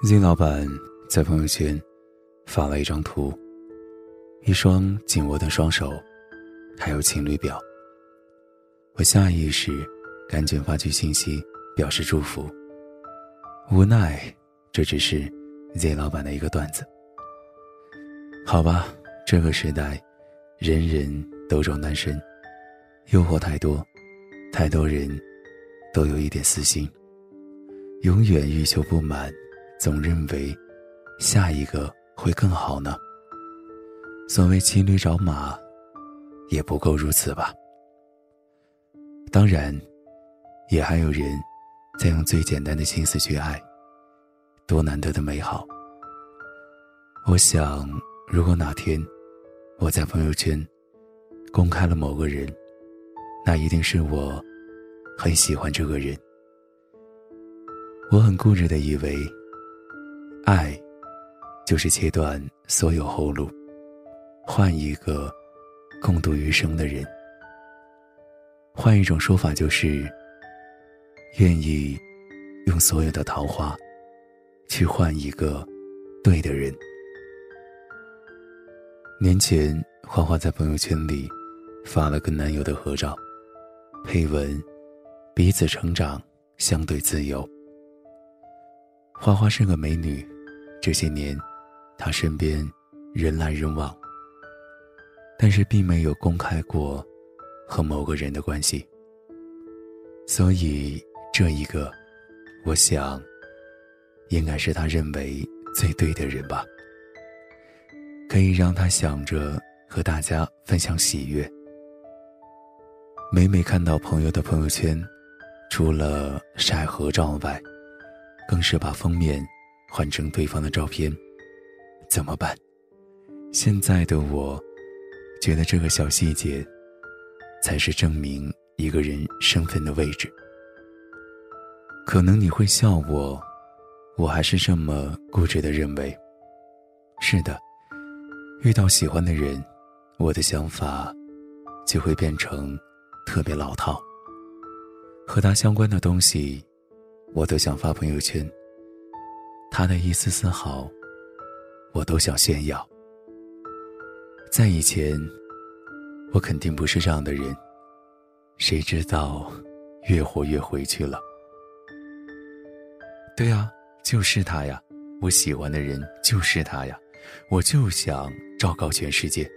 Z 老板在朋友圈发了一张图，一双紧握的双手，还有情侣表。我下意识赶紧发去信息表示祝福，无奈这只是 Z 老板的一个段子。好吧，这个时代人人都装单身，诱惑太多，太多人都有一点私心，永远欲求不满，总认为下一个会更好呢。所谓骑驴找马，也不够如此吧。当然也还有人在用最简单的心思去爱，多难得的美好。我想如果哪天我在朋友圈公开了某个人，那一定是我很喜欢这个人。我很固执地以为爱就是切断所有后路，换一个共度余生的人。换一种说法就是愿意用所有的桃花去换一个对的人。年前花花在朋友圈里发了跟男友的合照，配文彼此成长，相对自由。花花是个美女，这些年她身边人来人往，但是并没有公开过和某个人的关系。所以这一个我想应该是她认为最对的人吧，可以让她想着和大家分享喜悦。每每看到朋友的朋友圈，除了晒合照外，更是把封面换成对方的照片，怎么办？现在的我觉得这个小细节才是证明一个人身份的位置。可能你会笑我还是这么固执地认为，是的，遇到喜欢的人，我的想法就会变成特别老套，和他相关的东西我都想发朋友圈，他的一丝丝好我都想炫耀。在以前我肯定不是这样的人，谁知道越活越回去了。对啊，就是他呀，我喜欢的人就是他呀，我就想昭告全世界。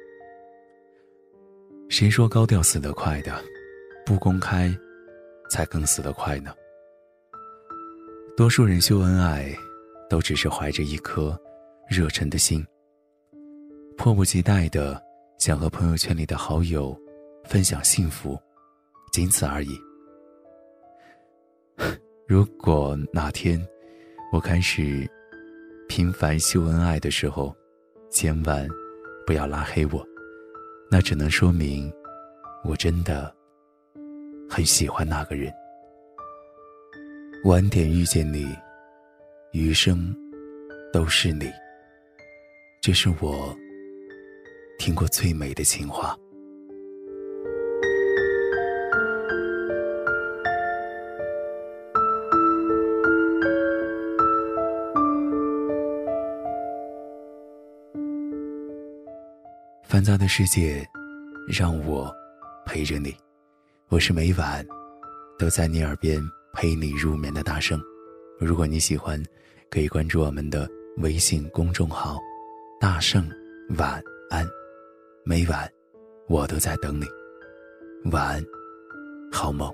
谁说高调死得快的，不公开才更死得快呢？多数人秀恩爱都只是怀着一颗热忱的心，迫不及待地想和朋友圈里的好友分享幸福，仅此而已。如果哪天我开始频繁秀恩爱的时候，千万不要拉黑我，那只能说明我真的很喜欢那个人。晚点遇见你，余生都是你，这是我听过最美的情话。繁杂的世界让我陪着你，我是每晚都在你耳边陪你入眠的大圣。如果你喜欢，可以关注我们的微信公众号大圣晚安，每晚我都在等你，晚安，好梦。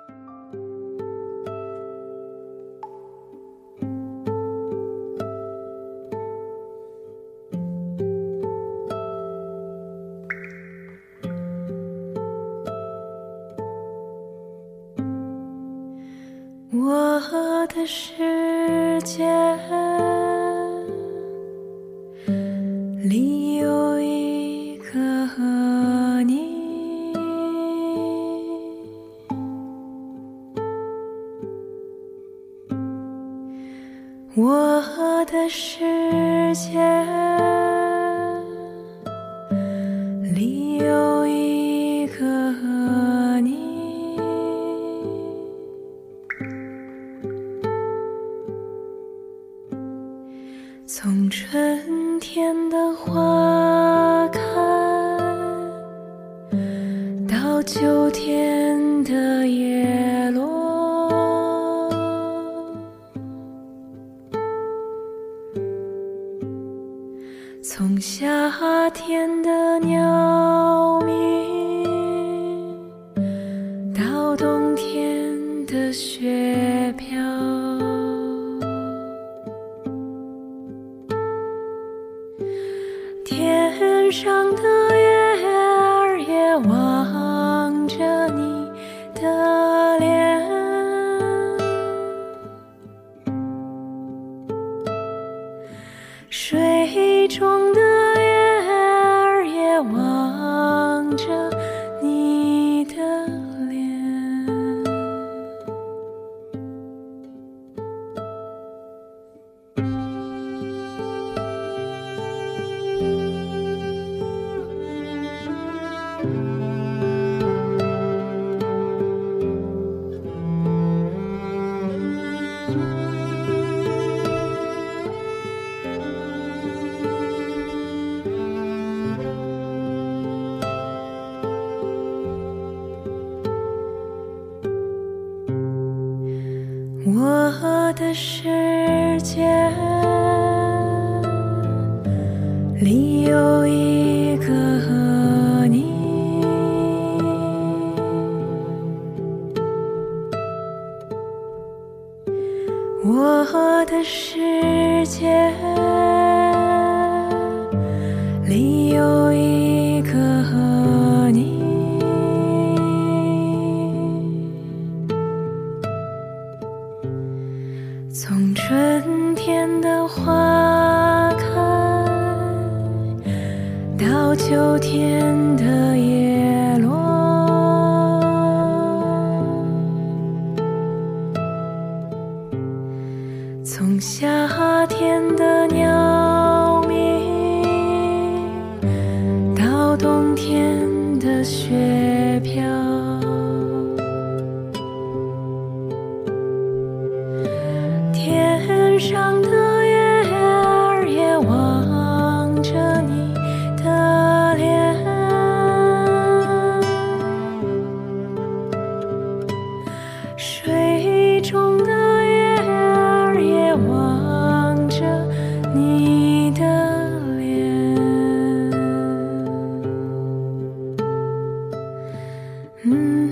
我的世界里有一个你，我的世界里有一个你， 秋天的叶落，从夏天的鸟鸣到冬天的雪飘，天上的月儿也望着你的脸，水中的月儿也望着你的脸。我的世界里有一个你，我的世界里有一个你，从春天的花开到秋天的叶落，从夏天的鸟鸣到冬天的雪飘，天上的月儿也望着你的脸，水中的月儿也望着你的脸。